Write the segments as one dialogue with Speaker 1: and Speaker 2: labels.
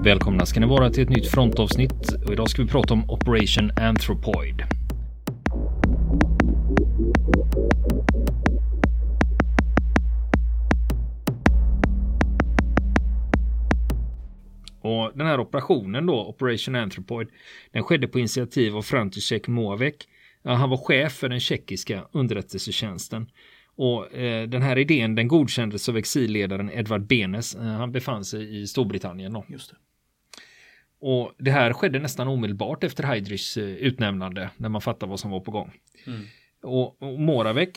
Speaker 1: Välkomna ska ni vara till ett nytt frontavsnitt och idag ska vi prata om Operation Anthropoid. Och den här operationen då, Operation Anthropoid, den skedde på initiativ av František Moravec. Han var chef för den tjeckiska underrättelsetjänsten. Och den här idén den godkändes av exilledaren Edvard Benes. Han befann sig i Storbritannien då. Just det. Och det här skedde nästan omedelbart efter Heydrichs utnämnande när man fattade vad som var på gång. Och Moravec,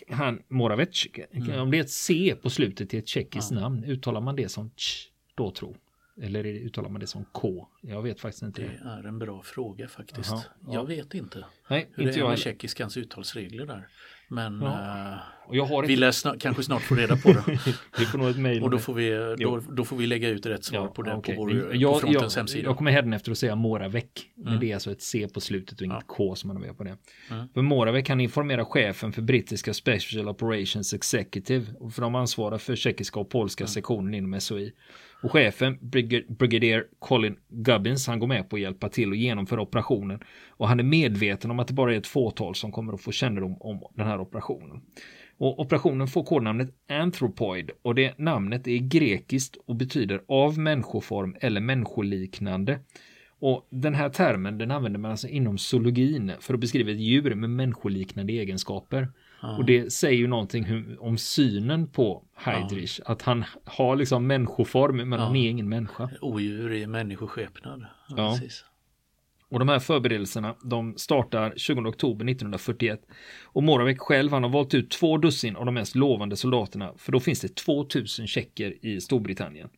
Speaker 1: om det är ett C på slutet till ett tjeckiskt namn, uttalar man det som då tro? Eller uttalar man det som K? Jag vet faktiskt inte.
Speaker 2: Det är en bra fråga faktiskt.
Speaker 1: Aha, ja.
Speaker 2: Jag vet inte
Speaker 1: Nej,
Speaker 2: hur
Speaker 1: inte
Speaker 2: det är
Speaker 1: jag
Speaker 2: med tjeckiskans uttalsregler där. Men
Speaker 1: och jag har
Speaker 2: vi lär kanske snart få reda på det.
Speaker 1: Vi får nog ett mejl.
Speaker 2: Och då får vi lägga ut rätt svar på det på Frontens hemsida.
Speaker 1: Jag kommer hädanefter att säga Moravec. Men det är alltså ett C på slutet och inget K som man har med på det. För Moravec kan informera chefen för brittiska Special Operations Executive. Och för de ansvarar för tjeckiska och polska sektionen inom SOI. Och chefen, Brigadier Colin Gubbins, han går med på att hjälpa till och genomföra operationen. Och han är medveten om att det bara är ett fåtal som kommer att få kännedom om den här operationen. Och operationen får kodnamnet Anthropoid och det namnet är grekiskt och betyder av människoform eller människoliknande. Och den här termen den använder man alltså inom zoologin för att beskriva ett djur med människoliknande egenskaper. Och det säger ju någonting om synen på Heydrich. Att han har liksom människoform men han är ingen människa.
Speaker 2: Odjur i människoskepnad.
Speaker 1: Ja. Precis. Och de här förberedelserna de startar 20 oktober 1941. Och Moravec själv han har valt ut 2 dussin av de mest lovande soldaterna. För då finns det 2000 tjecker i Storbritannien.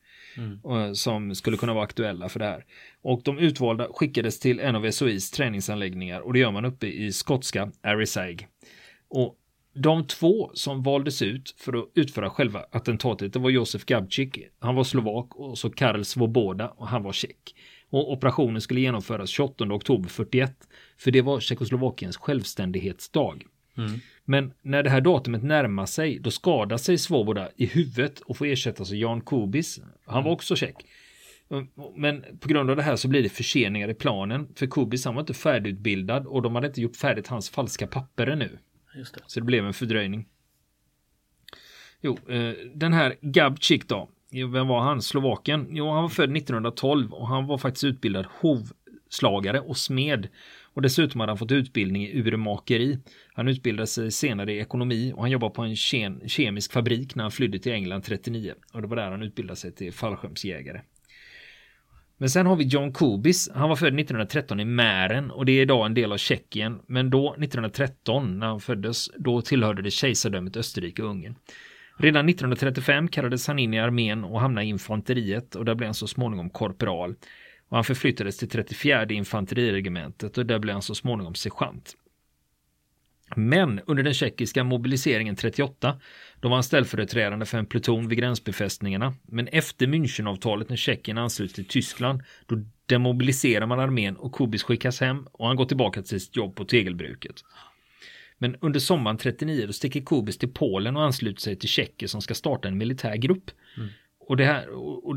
Speaker 1: Som skulle kunna vara aktuella för det här. Och de utvalda skickades till en av SOIs träningsanläggningar. Och det gör man uppe i skotska Arisaig. Och de 2 som valdes ut för att utföra själva attentatet det var Josef Gabčík, han var slovak och så Karel Svoboda och han var tjeck. Och operationen skulle genomföras 28 oktober 41 för det var Tjeckoslovakiens självständighetsdag. Men när det här datumet närmar sig då skadar sig Svoboda i huvudet och får ersättas av Jan Kubis. Han var också tjeck. Men på grund av det här så blir det förseningar i planen för Kubis han var inte färdigutbildad och de hade inte gjort färdigt hans falska papper ännu. Just det. Så det blev en fördröjning. Den här Gabčík då. Vem var han? Slovaken? Han var född 1912 och han var faktiskt utbildad hovslagare och smed. Och dessutom hade han fått utbildning i urmakeri. Han utbildade sig senare i ekonomi och han jobbade på en kemisk fabrik när han flydde till England 39. Och det var där han utbildade sig till fallskärmsjägare. Men sen har vi John Kubis. Han var född 1913 i Mären och det är idag en del av Tjeckien. Men då 1913 när han föddes då tillhörde det kejsardömet Österrike och Ungern. Redan 1935 kallades han in i armén och hamnade i infanteriet och där blev han så småningom korporal. Och han förflyttades till 34 infanteriregementet och där blev han så småningom sergeant. Men under den tjeckiska mobiliseringen 38 då var han ställföreträdande för en pluton vid gränsbefästningarna. Men efter Münchenavtalet när Tjeckien ansluts till Tyskland då demobiliserar man armén och Kubis skickas hem och han går tillbaka till sitt jobb på tegelbruket. Men under sommaren 39 då sticker Kubis till Polen och ansluter sig till Tjecker som ska starta en militär grupp. Och det här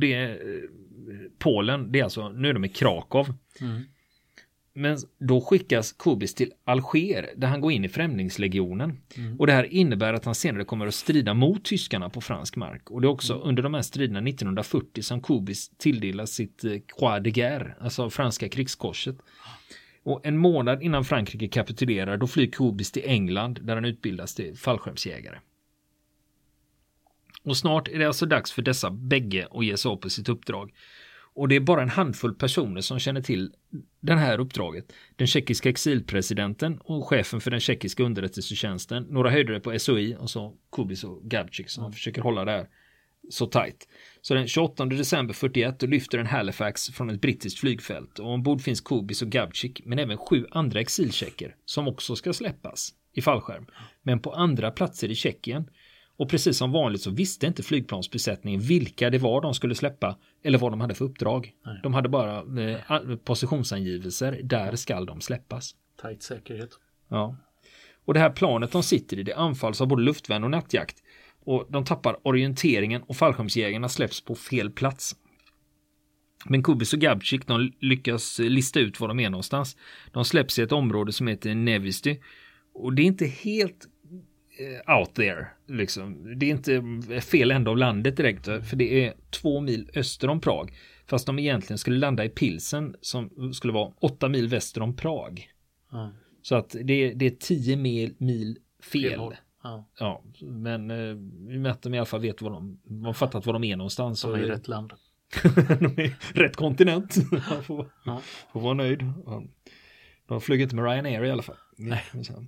Speaker 1: Polen, det är alltså, nu är de i Krakow. Men då skickas Kubis till Alger där han går in i främlingslegionen. Och det här innebär att han senare kommer att strida mot tyskarna på fransk mark. Och det är också under de här striderna 1940 som Kubis tilldelas sitt Croix de Guerre, alltså franska krigskorset. Och en månad innan Frankrike kapitulerar då flyr Kubis till England där han utbildas till fallskärmsjägare. Och snart är det alltså dags för dessa bägge att ge sig upp på sitt uppdrag. Och det är bara en handfull personer som känner till det här uppdraget. Den tjeckiska exilpresidenten och chefen för den tjeckiska underrättelsetjänsten. Några höjdare på SOI och så Kubis och Gabčík som försöker hålla det här så tajt. Så den 28 december 41 då lyfter en Halifax från ett brittiskt flygfält. Och ombord finns Kubis och Gabčík men även 7 andra exiltjecker som också ska släppas i fallskärm. Men på andra platser i Tjeckien. Och precis som vanligt så visste inte flygplansbesättningen vilka det var de skulle släppa eller vad de hade för uppdrag. Nej. De hade bara positionsangivelser. Där ska de släppas.
Speaker 2: Tajt säkerhet.
Speaker 1: Ja. Och det här planet de sitter i det anfalls av både luftvärn och nattjakt. Och de tappar orienteringen och fallskärmsjägarna släpps på fel plats. Men Kubic och Gabčík, de lyckas lista ut var de är någonstans. De släpps i ett område som heter Nevisti. Och det är inte helt out there. Liksom. Det är inte fel ända av landet direkt. För det är 2 mil öster om Prag. Fast de egentligen skulle landa i Pilsen som skulle vara 8 mil väster om Prag. Så att det är 10 mil fel. Ja, men vi med att de i alla fall vet var de fattat var de är någonstans.
Speaker 2: De är i rätt land.
Speaker 1: De är rätt kontinent. får vara nöjd. De flög inte med Ryanair i alla fall.
Speaker 2: Nej.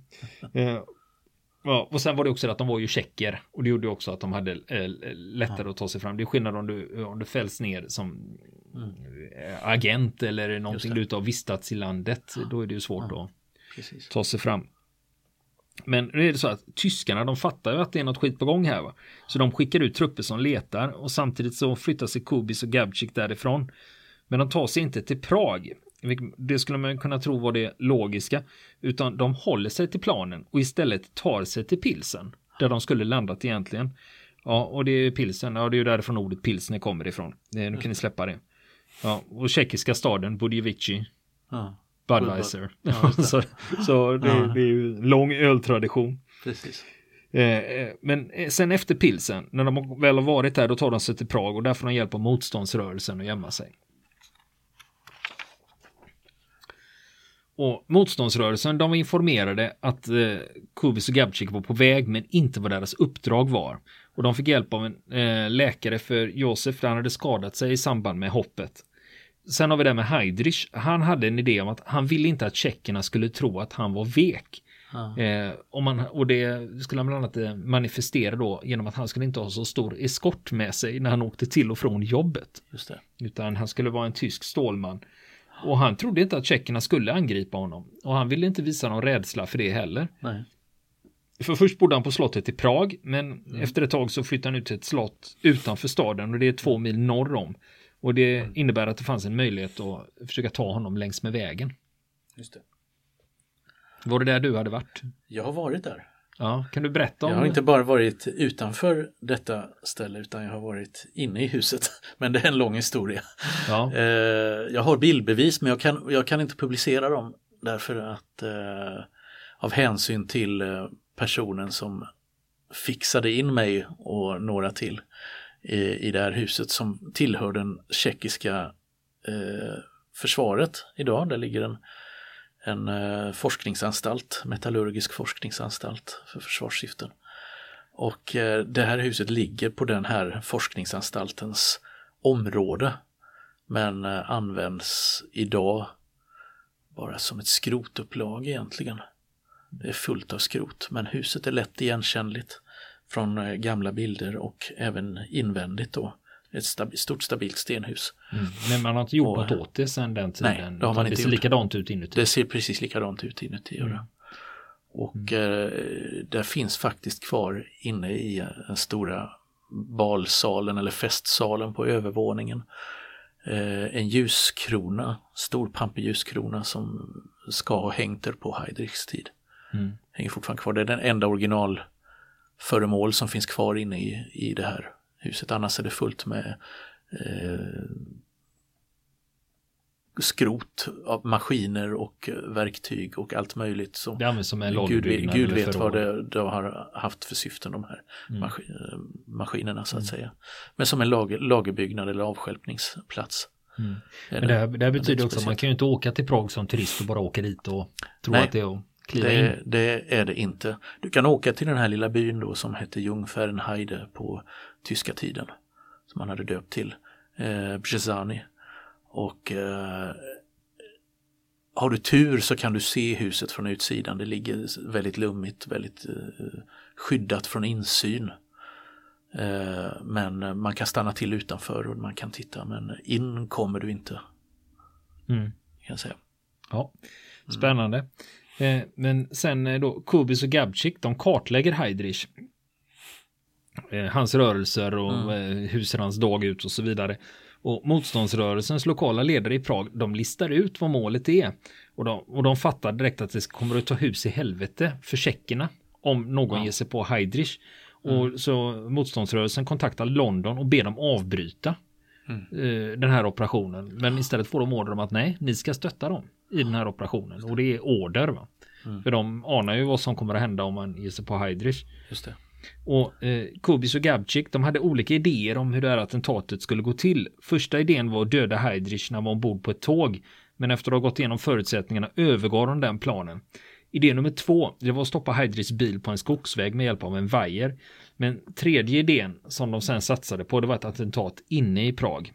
Speaker 1: Ja, och sen var det också att de var ju tjecker. Och det gjorde också att de hade lättare att ta sig fram. Det är skillnad om du fälls ner som agent eller någonting du inte har vistats i landet. Då är det ju svårt att ta sig fram. Men nu är det så att tyskarna, de fattar ju att det är något skit på gång här, va? Så de skickar ut trupper som letar och samtidigt så flyttar sig Kubic och Gabčík därifrån. Men de tar sig inte till Prag. Det skulle man kunna tro var det logiska. Utan de håller sig till planen och istället tar sig till Pilsen. Där de skulle landat egentligen. Ja, och det är Pilsen. Ja, det är ju därifrån ordet Pilsner kommer ifrån. Nu kan ni släppa det. Ja, och tjekiska staden Budějovice. Budweiser. Så det är ju lång öltradition.
Speaker 2: Precis.
Speaker 1: Men sen efter Pilsen, när de väl har varit där, då tar de sig till Prag och där får de hjälp av motståndsrörelsen att gömma sig. Och motståndsrörelsen, de var informerade att Kubic och Gabčík var på väg, men inte vad deras uppdrag var. Och de fick hjälp av en läkare för Josef, där han hade skadat sig i samband med hoppet. Sen har vi det med Heydrich. Han hade en idé om att han ville inte att tjeckerna skulle tro att han var vek. Och det skulle han bland annat manifestera då genom att han skulle inte ha så stor eskort med sig när han åkte till och från jobbet.
Speaker 2: Just det.
Speaker 1: Utan han skulle vara en tysk stålman. Och han trodde inte att tjeckerna skulle angripa honom. Och han ville inte visa någon rädsla för det heller.
Speaker 2: Nej.
Speaker 1: För först bodde han på slottet i Prag, men efter ett tag så flyttade han ut till ett slott utanför staden och det är 2 mil norr om. Och det innebär att det fanns en möjlighet att försöka ta honom längs med vägen.
Speaker 2: Just det.
Speaker 1: Var det där du hade varit?
Speaker 2: Jag har varit där.
Speaker 1: Ja, kan du berätta om det?
Speaker 2: Jag har inte bara varit utanför detta ställe utan jag har varit inne i huset. Men det är en lång historia.
Speaker 1: Ja.
Speaker 2: Jag har bildbevis men jag kan inte publicera dem därför att av hänsyn till personen som fixade in mig och några till i det här huset som tillhör den tjeckiska försvaret idag. Där ligger en forskningsanstalt, metallurgisk forskningsanstalt för försvarssyften. Och det här huset ligger på den här forskningsanstaltens område men används idag bara som ett skrotupplag egentligen. Det är fullt av skrot men huset är lätt igenkännligt från gamla bilder och även invändigt då. Ett stort stabilt stenhus.
Speaker 1: Men man har inte gjort något åt det sedan den tiden?
Speaker 2: Nej, det har man inte
Speaker 1: gjort. Det ser likadant ut inuti?
Speaker 2: Det ser precis likadant ut inuti. Och där finns faktiskt kvar inne i den stora balsalen eller festsalen på övervåningen en ljuskrona, stor pampig ljuskrona som ska ha hängt där på Heydrichs tid. Hänger fortfarande kvar. Det är den enda originalföremål som finns kvar inne i det här huset. Annars är det fullt med skrot av maskiner och verktyg och allt möjligt som Gud vet vad det har haft för syften de här maskinerna så att säga. Men som en lagerbyggnad eller avstjälpningsplats.
Speaker 1: Men det här betyder också att man kan ju inte åka till Prag som turist och bara åka dit och tro att det är att kliva in.
Speaker 2: Det är det inte. Du kan åka till den här lilla byn då som heter Jungfernheide på tyska tiden som man hade döpt till Brzezany. Och har du tur så kan du se huset från utsidan. Det ligger väldigt lummigt, väldigt skyddat från insyn. Men man kan stanna till utanför och man kan titta, men in kommer du inte. Kan jag säga.
Speaker 1: Ja, spännande. Men sen då Kubic och Gabčík, de kartlägger Heydrich. Hans rörelser och hur ser hans dag ut och så vidare. Och motståndsrörelsens lokala ledare i Prag, de listar ut vad målet är. Och de fattar direkt att det kommer att ta hus i helvete för tjeckerna om någon ger sig på Heydrich. Och så motståndsrörelsen kontaktar London och ber dem avbryta. den här operationen. Men istället får de order om att nej, ni ska stötta dem i den här operationen. Och det är order, va? För de anar ju vad som kommer att hända om man ger sig på Heydrich.
Speaker 2: Just det.
Speaker 1: Och Kubis och Gabčík, de hade olika idéer om hur det här attentatet skulle gå till. Första idén var att döda Heydrich när han var ombord på ett tåg. Men efter att ha gått igenom förutsättningarna övergav de den planen. Idé nummer 2, det var att stoppa Heydrichs bil på en skogsväg med hjälp av en vajer. Men tredje idén som de sen satsade på, det var ett attentat inne i Prag.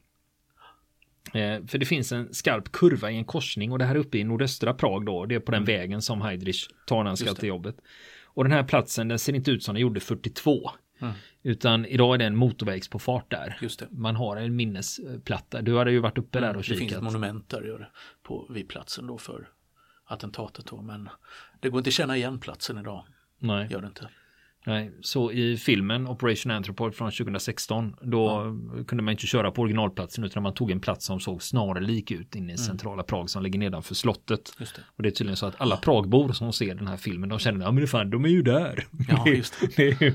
Speaker 1: För det finns en skarp kurva i en korsning och det här uppe i nordöstra Prag då, det är på den vägen som Heydrich tar när han ska till jobbet. Och den här platsen, den ser inte ut som den gjorde 42. Utan idag är det en motorvägspåfart där.
Speaker 2: Just det.
Speaker 1: Man har en minnesplatta. Du hade ju varit uppe där och kikat.
Speaker 2: Det finns ett monument där vid platsen då för attentatet då, men det går inte att känna igen platsen idag.
Speaker 1: Nej.
Speaker 2: Gör det inte.
Speaker 1: Nej, så i filmen Operation Anthropoid från 2016 då kunde man inte köra på originalplatsen utan man tog en plats som såg snarlik ut inne i centrala Prag som ligger nedanför slottet.
Speaker 2: Just det.
Speaker 1: Och det är tydligen så att alla Pragbor som ser den här filmen, de känner att men fan, de är ju där.
Speaker 2: Ja, just det.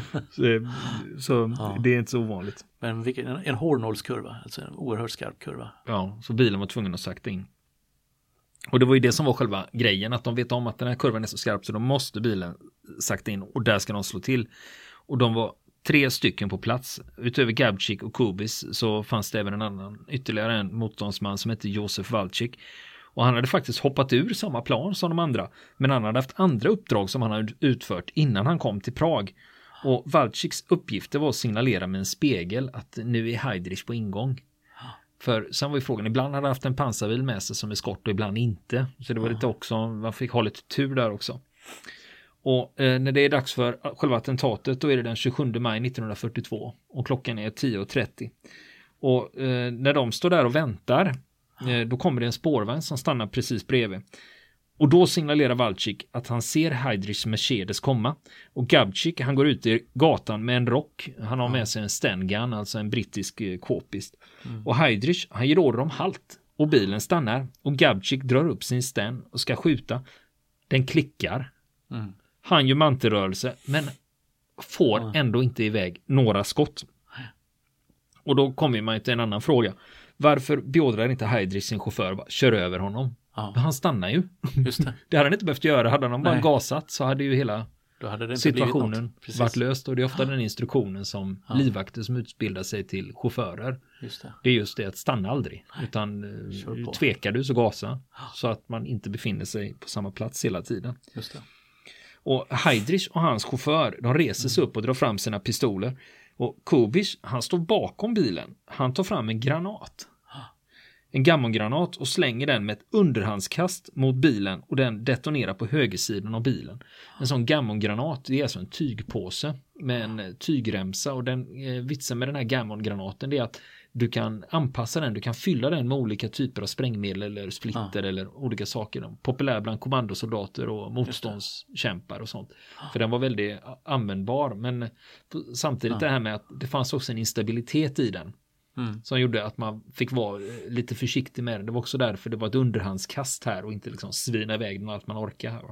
Speaker 1: så det är inte så ovanligt.
Speaker 2: Men en hårnålskurva, alltså en oerhört skarp kurva.
Speaker 1: Ja, så bilen var tvungen att sakta in. Och det var ju det som var själva grejen, att de vet om att den här kurvan är så skarp så de måste bilen sakta in och där ska de slå till. Och de var 3 stycken på plats. Utöver Gabčík och Kubis så fanns det även ytterligare en motståndsman som hette Josef Valčík. Och han hade faktiskt hoppat ur samma plan som de andra. Men han hade haft andra uppdrag som han hade utfört innan han kom till Prag. Och Valčíks uppgifter var att signalera med en spegel att nu är Heydrich på ingång. För sen var ju frågan, ibland hade han haft en pansarbil med sig som är skott och ibland inte. Så det var lite också, man fick ha lite tur där också. Och när det är dags för själva attentatet då är det den 27 maj 1942 och klockan är 10:30. Och när de står där och väntar då kommer det en spårvagn som stannar precis bredvid. Och då signalerar Valčík att han ser Heydrichs Mercedes komma. Och Gabčík, han går ut i gatan med en rock. Han har med sig en Stengun, alltså en brittisk k-pist. Och Heydrich, han ger order om halt. Och bilen stannar. Och Gabčík drar upp sin Sten och ska skjuta. Den klickar. Han gör mantelrörelse, men får ändå inte iväg några skott. Och då kommer man till en annan fråga. Varför beordrar inte Heydrich sin chaufför bara kör över honom? Ja. Han stannar ju. Just det. Det hade han inte behövt göra. Hade han bara gasat så hade ju hela situationen varit löst. Och det är ofta den instruktionen som livvakter som utbildar sig till chaufförer. Just det. Det är just det att stanna aldrig. Utan tvekar du så gasa. Så att man inte befinner sig på samma plats hela tiden. Just det. Och Heydrich och hans chaufför, de reser sig upp och drar fram sina pistoler. Och Kubis, han står bakom bilen. Han tar fram en granat. En gammongranat och slänger den med ett underhandskast mot bilen och den detonerar på högersidan av bilen. En sån gammongranat, det är alltså en tygpåse med en tygremsa och den vitsen med den här gammongranaten det är att du kan anpassa den, du kan fylla den med olika typer av sprängmedel eller splitter eller olika saker. Populär bland kommandosoldater och motståndskämpar och sånt. För den var väldigt användbar men samtidigt det här med att det fanns också en instabilitet i den. Som gjorde att man fick vara lite försiktig med den. Det var också därför det var ett underhandskast här och inte liksom svina iväg den allt man orkar här.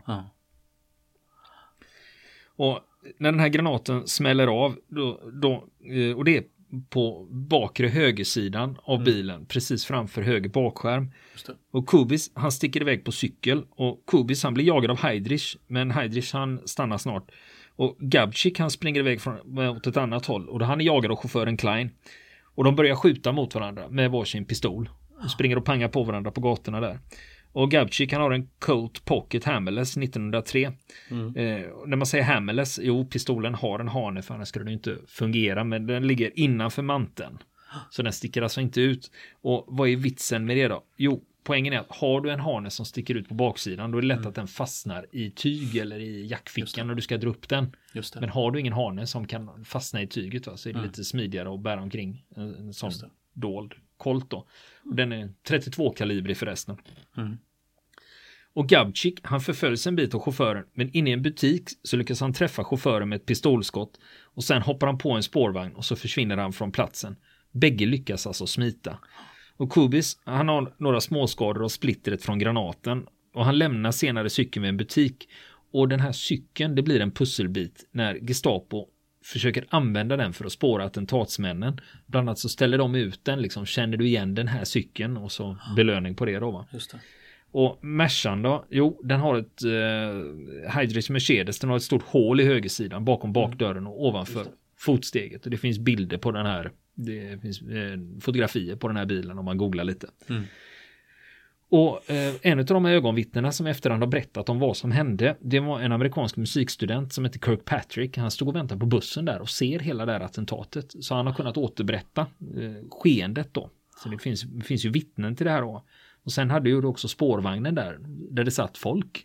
Speaker 1: Och när den här granaten smäller av och det är på bakre högersidan av bilen precis framför höger bakskärm. Och Kubis han sticker iväg på cykel och Kubis han blir jagad av Heydrich men Heydrich han stannar snart och Gabčík han springer iväg åt ett annat håll och då han är jagad av chauffören Klein. Och de börjar skjuta mot varandra med varsin pistol. Och springer och pangar på varandra på gatorna där. Och Gabčík han har en Colt Pocket Hammerless 1903. När man säger Hammerless, pistolen har en hane för annars skulle den inte fungera. Men den ligger innanför manteln. Så den sticker alltså inte ut. Och vad är vitsen med det då? Jo, poängen är att har du en hane som sticker ut på baksidan då är det lätt att den fastnar i tyg eller i jackfickan när du ska dra upp den. Men har du ingen hane som kan fastna i tyget så är det lite smidigare att bära omkring en sån dold Colt då. Och den är 32 kalibrig förresten. Och Gabčík han förföljs en bit av chauffören men inne i en butik så lyckas han träffa chauffören med ett pistolskott och sen hoppar han på en spårvagn och så försvinner han från platsen. Bägge lyckas alltså smita. Och Kubis, han har några småskador och splittret från granaten. Och han lämnar senare cykeln vid en butik. Och den här cykeln, det blir en pusselbit när Gestapo försöker använda den för att spåra attentatsmännen. Bland annat så ställer de ut den, liksom, känner du igen den här cykeln, och så belöning på det då, va?
Speaker 2: Just det.
Speaker 1: Och Mercan då, jo, den har ett Heidrich Mercedes, den har ett stort hål i högersidan bakom bakdörren och ovanför fotsteget, och det finns bilder på den här, det finns fotografier på den här bilen om man googlar lite. Och en av de ögonvittnena som efterhand har berättat om vad som hände, det var en amerikansk musikstudent som heter Kirkpatrick. Han stod och väntade på bussen där och ser hela det här attentatet, så han har kunnat återberätta skeendet då. Så det finns ju vittnen till det här då. Och sen hade ju också spårvagnen där det satt folk.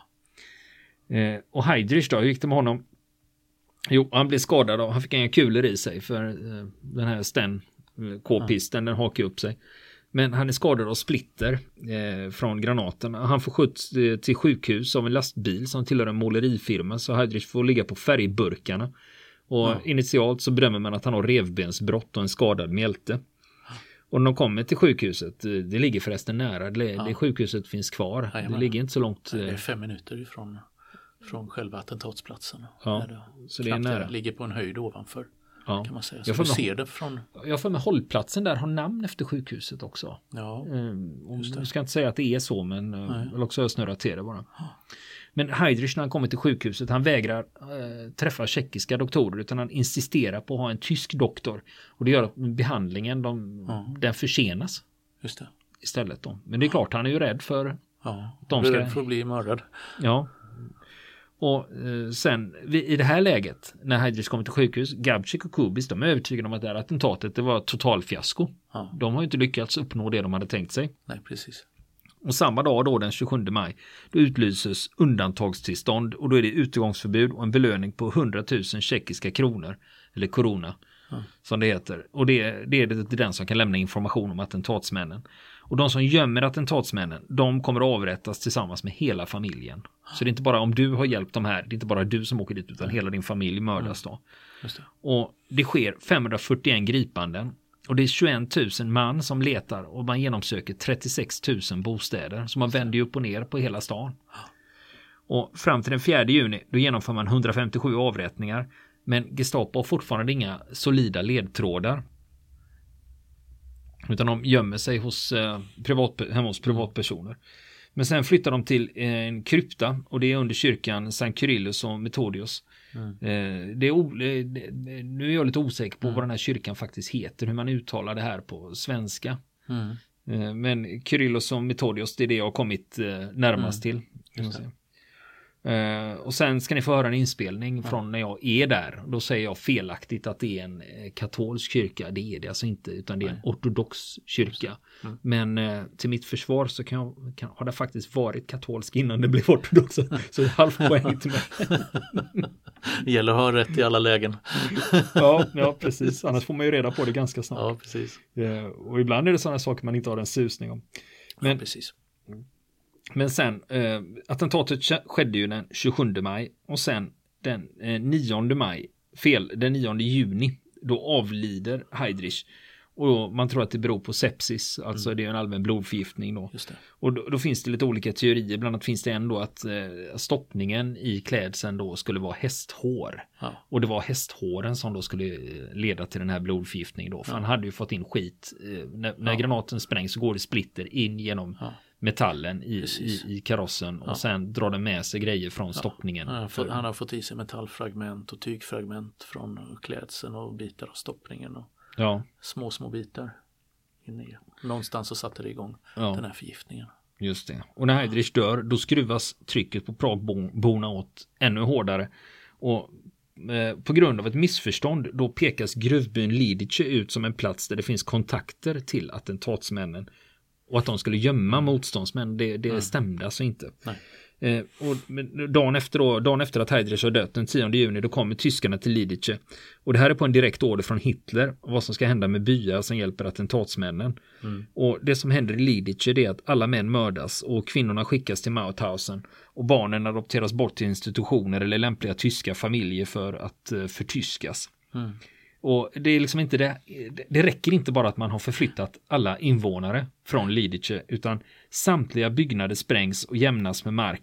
Speaker 1: Och Heidrich då, hur gick det med honom? Jo, han blev skadad och han fick inga kulor i sig, för den här Sten K-pisten, den hakar upp sig. Men han är skadad av splitter från granaten. Han får skjuts till sjukhus av en lastbil som tillhör en målerifirma, så Heidrich får ligga på färgburkarna. Och initialt så bedömer man att han har revbensbrott och en skadad mjälte. Och när de kommer till sjukhuset, det ligger förresten nära, det sjukhuset finns kvar. Det ligger inte så långt.
Speaker 2: Det är 5 minuter från själva attentatsplatsen.
Speaker 1: Så det är nära.
Speaker 2: Det ligger på en höjd ovanför.
Speaker 1: Ja.
Speaker 2: Kan man säga. Så du ser det från...
Speaker 1: Jag får med hållplatsen där har namn efter sjukhuset också.
Speaker 2: Ja,
Speaker 1: jag ska inte säga att det är så, men eller också har jag snurrat till det bara. Men Heidrich, när han kommer till sjukhuset, han vägrar träffa tjeckiska doktorer, utan han insisterar på att ha en tysk doktor. Och det gör att behandlingen den försenas.
Speaker 2: Just det.
Speaker 1: Istället då. Men det är klart, han är ju rädd för
Speaker 2: de ska... rädd för att bli mördad.
Speaker 1: Ja. Och sen i det här läget, när Heidrich kommer till sjukhus, Gabčík och Kubis, de är övertygade om att det här attentatet, det var totalfiasko. De har ju inte lyckats uppnå det de hade tänkt sig.
Speaker 2: Nej, precis.
Speaker 1: Och samma dag då, den 27 maj, då utlyses undantagstillstånd, och då är det utegångsförbud och en belöning på 100 000 tjeckiska kronor, eller korona som det heter. Och det är den som kan lämna information om attentatsmännen. Och de som gömmer attentatsmännen, de kommer att avrättas tillsammans med hela familjen. Så det är inte bara om du har hjälpt de här, det är inte bara du som åker dit, utan hela din familj mördas då.
Speaker 2: Just det.
Speaker 1: Och det sker 541 gripanden. Och det är 21 000 man som letar, och man genomsöker 36 000 bostäder. Så man vänder ju upp och ner på hela stan. Och fram till den 4 juni, då genomför man 157 avrättningar. Men Gestapo har fortfarande inga solida ledtrådar. Utan de gömmer sig hemma hos privatpersoner. Men sen flyttar de till en krypta, och det är under kyrkan Sankt Kyrillus och Methodios. Nu är jag lite osäker på vad den här kyrkan faktiskt heter, hur man uttalar det här på svenska. Men Kyrillus och Methodios, det är det jag har kommit närmast till. Och sen ska ni få höra en inspelning från när jag är där. Då säger jag felaktigt att det är en katolsk kyrka. Det är det alltså inte, utan det är en ortodox kyrka. Men till mitt försvar så har det faktiskt varit katolsk innan det blev ortodox. Så det är halvpoäng till mig.
Speaker 2: Det gäller att ha rätt i alla lägen.
Speaker 1: Ja, precis. Annars får man ju reda på det ganska snart.
Speaker 2: Ja, precis.
Speaker 1: Och ibland är det sådana saker man inte har en susning om. Men,
Speaker 2: precis.
Speaker 1: Men sen, attentatet skedde ju den 27 maj, och sen den 9 juni, då avlider Heidrich. Och man tror att det beror på sepsis, alltså det är en allmän blodförgiftning då.
Speaker 2: Just det.
Speaker 1: Och då finns det lite olika teorier, bland annat finns det en då att stoppningen i klädseln då skulle vara hästhår. Och det var hästhåren som då skulle leda till den här blodförgiftningen då, för han hade ju fått in skit, när granaten sprängs så går det splitter in genom metallen i karossen, och sen drar den med sig grejer från stoppningen.
Speaker 2: Han har fått i sig metallfragment och tygfragment från klädseln och bitar av stoppningen och små bitar inne i. Någonstans så satte det igång den här förgiftningen.
Speaker 1: Just det. Och när Heidrich dör, då skruvas trycket på Pragborna åt ännu hårdare. Och på grund av ett missförstånd, då pekas gruvbyn Lidice ut som en plats där det finns kontakter till attentatsmännen. Och att de skulle gömma motståndsmän, det stämde alltså inte. Och dagen efter att Heidrich har dött, den 10 juni, då kommer tyskarna till Lidice. Och det här är på en direkt order från Hitler, vad som ska hända med byar som hjälper attentatsmännen. Och det som händer i Lidice, det är att alla män mördas och kvinnorna skickas till Mauthausen. Och barnen adopteras bort till institutioner eller lämpliga tyska familjer för att förtyskas. Och det är liksom inte det räcker inte bara att man har förflyttat alla invånare från Lidice, utan samtliga byggnader sprängs och jämnas med marken.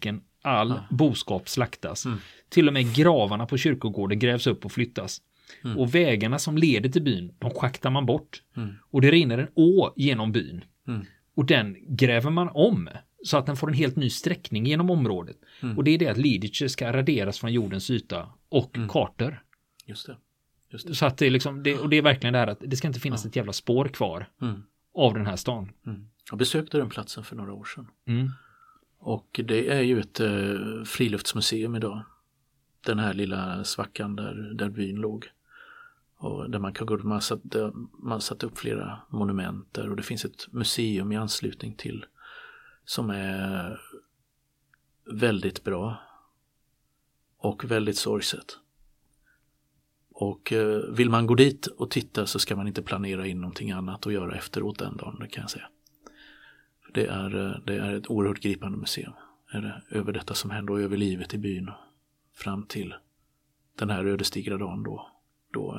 Speaker 1: All boskap slaktas. Till och med gravarna på kyrkogården grävs upp och flyttas. Och vägarna som leder till byn, de schaktar man bort. Och det rinner en å genom byn. Och den gräver man om så att den får en helt ny sträckning genom området. Och det är det att Lidice ska raderas från jordens yta och kartor.
Speaker 2: Just det.
Speaker 1: Så att det är liksom, och det är verkligen det här att det ska inte finnas ett jävla spår kvar av den här stan.
Speaker 2: Jag besökte den platsen för några år sedan. Och det är ju ett friluftsmuseum idag. Den här lilla svackan där byn låg. Och där man kan gå, man satt upp flera monumenter och det finns ett museum i anslutning till som är väldigt bra och väldigt sorgset. Och vill man gå dit och titta så ska man inte planera in någonting annat att göra efteråt den dagen, det kan jag säga. Det är ett oerhört gripande museum över detta som hände och över livet i byn fram till den här ödesdigra dagen då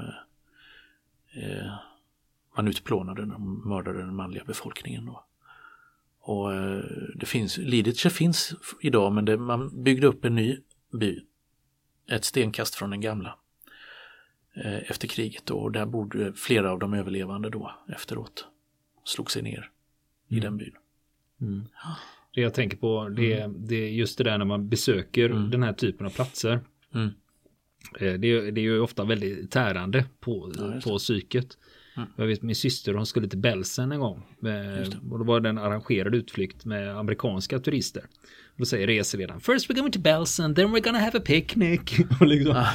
Speaker 2: man utplånade och mördade den manliga befolkningen då. Och Lidice finns idag, men man byggde upp en ny by ett stenkast från den gamla efter kriget då, och där borde flera av de överlevande då efteråt slog sig ner i den byn.
Speaker 1: Det jag tänker på det är just det där när man besöker den här typen av platser. Det är ju ofta väldigt tärande på psyket. Jag vet min syster, hon skulle till Belsen en gång och då var det en arrangerad utflykt med amerikanska turister. Och då säger reseledaren: First we're going to Belsen, then we're gonna have a picnic. Och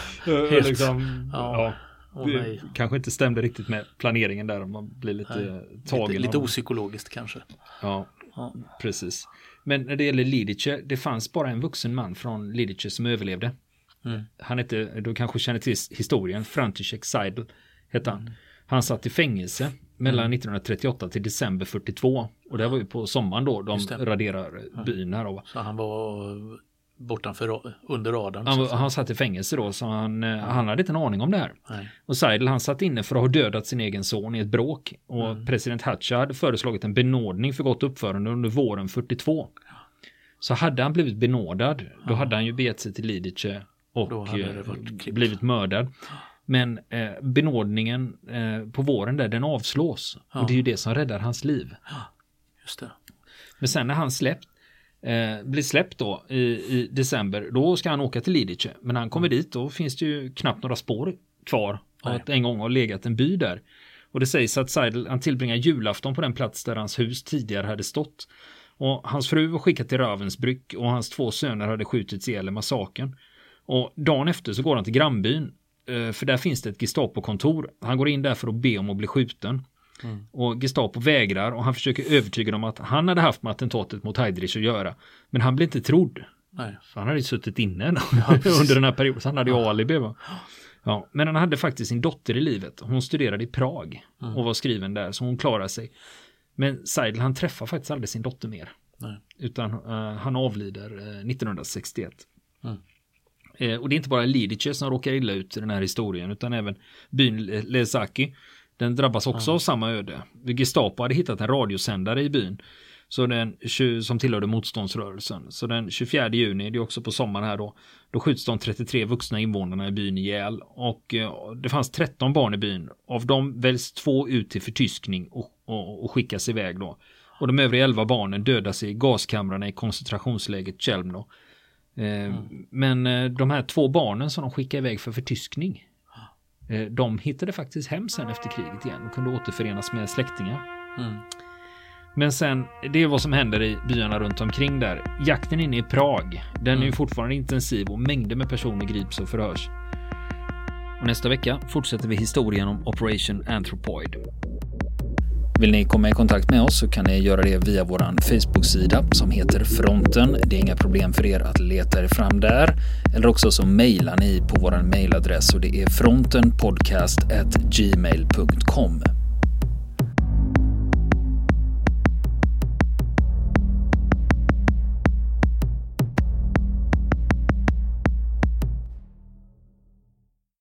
Speaker 1: det kanske inte stämde riktigt med planeringen där, om man blir lite tagen.
Speaker 2: Lite opsykologiskt kanske.
Speaker 1: Ja, precis. Men när det gäller Lidice, det fanns bara en vuxen man från Lidice som överlevde. Han hette, du kanske känner till historien, František Seidl hette han. Han satt i fängelse mellan 1938 till december 42. Och det var ju på sommaren då de raderar byn här då.
Speaker 2: Så han var under radarn.
Speaker 1: Han satt i fängelse då, så han hade inte en aning om det här.
Speaker 2: Nej.
Speaker 1: Och Seidl, han satt inne för att ha dödat sin egen son i ett bråk. Och president Hatcha hade föreslagit en benådning för gott uppförande under våren 42. Så hade han blivit benådad, då hade han ju begett sig till Lidice och blivit mördad. Men benådningen på våren där, den avslås. Och det är ju det som räddar hans liv.
Speaker 2: Just det.
Speaker 1: Men sen när han blir släppt då i december, då ska han åka till Lidice. Men när han kommer dit, då finns det ju knappt några spår kvar av att en gång har legat en by där. Och det sägs att Seidl, han tillbringar julafton på den plats där hans hus tidigare hade stått. Och hans fru var skickad till Ravensbrück och hans 2 söner hade skjutits ihjäl i massakern. Och dagen efter så går han till grannbyn, för där finns det ett Gestapo-kontor. Han går in där för att be om att bli skjuten. Och Gestapo vägrar, och han försöker övertyga dem att han hade haft med attentatet mot Heydrich att göra. Men han blir inte trodd.
Speaker 2: Nej.
Speaker 1: För han hade ju suttit inne under den här perioden, så han hade ju alibi. Ja, men han hade faktiskt sin dotter i livet. Hon studerade i Prag och var skriven där, så hon klarade sig. Men Seidl, han träffar faktiskt aldrig sin dotter mer.
Speaker 2: Nej.
Speaker 1: Utan han avlider 1961. Och det är inte bara Lidice som råkar illa ut i den här historien, utan även byn Ležáky. Den drabbas också av samma öde. Gestapo hade hittat en radiosändare i byn som tillhörde motståndsrörelsen. Så den 24 juni, det är också på sommaren här då skjuts de 33 vuxna invånarna i byn ihjäl. Och det fanns 13 barn i byn. Av dem väljs 2 ut till förtyskning och skickas iväg då. Och de övriga 11 barnen dödas i gaskamrarna i koncentrationsläget Chelmno. Men de här 2 barnen som de skickade iväg för förtyskning, de hittade faktiskt hem sen efter kriget igen och kunde återförenas med släktingar. Men sen, det är vad som händer i byarna runt omkring där. Jakten inne i Prag, den är ju fortfarande intensiv och mängder med personer grips och förhörs. Och nästa vecka fortsätter vi historien om Operation Anthropoid. Vill ni komma i kontakt med oss så kan ni göra det via våran Facebook-sida som heter Fronten. Det är inga problem för er att leta er fram där. Eller också så mejlar ni på våran mejladress, och det är frontenpodcast@gmail.com.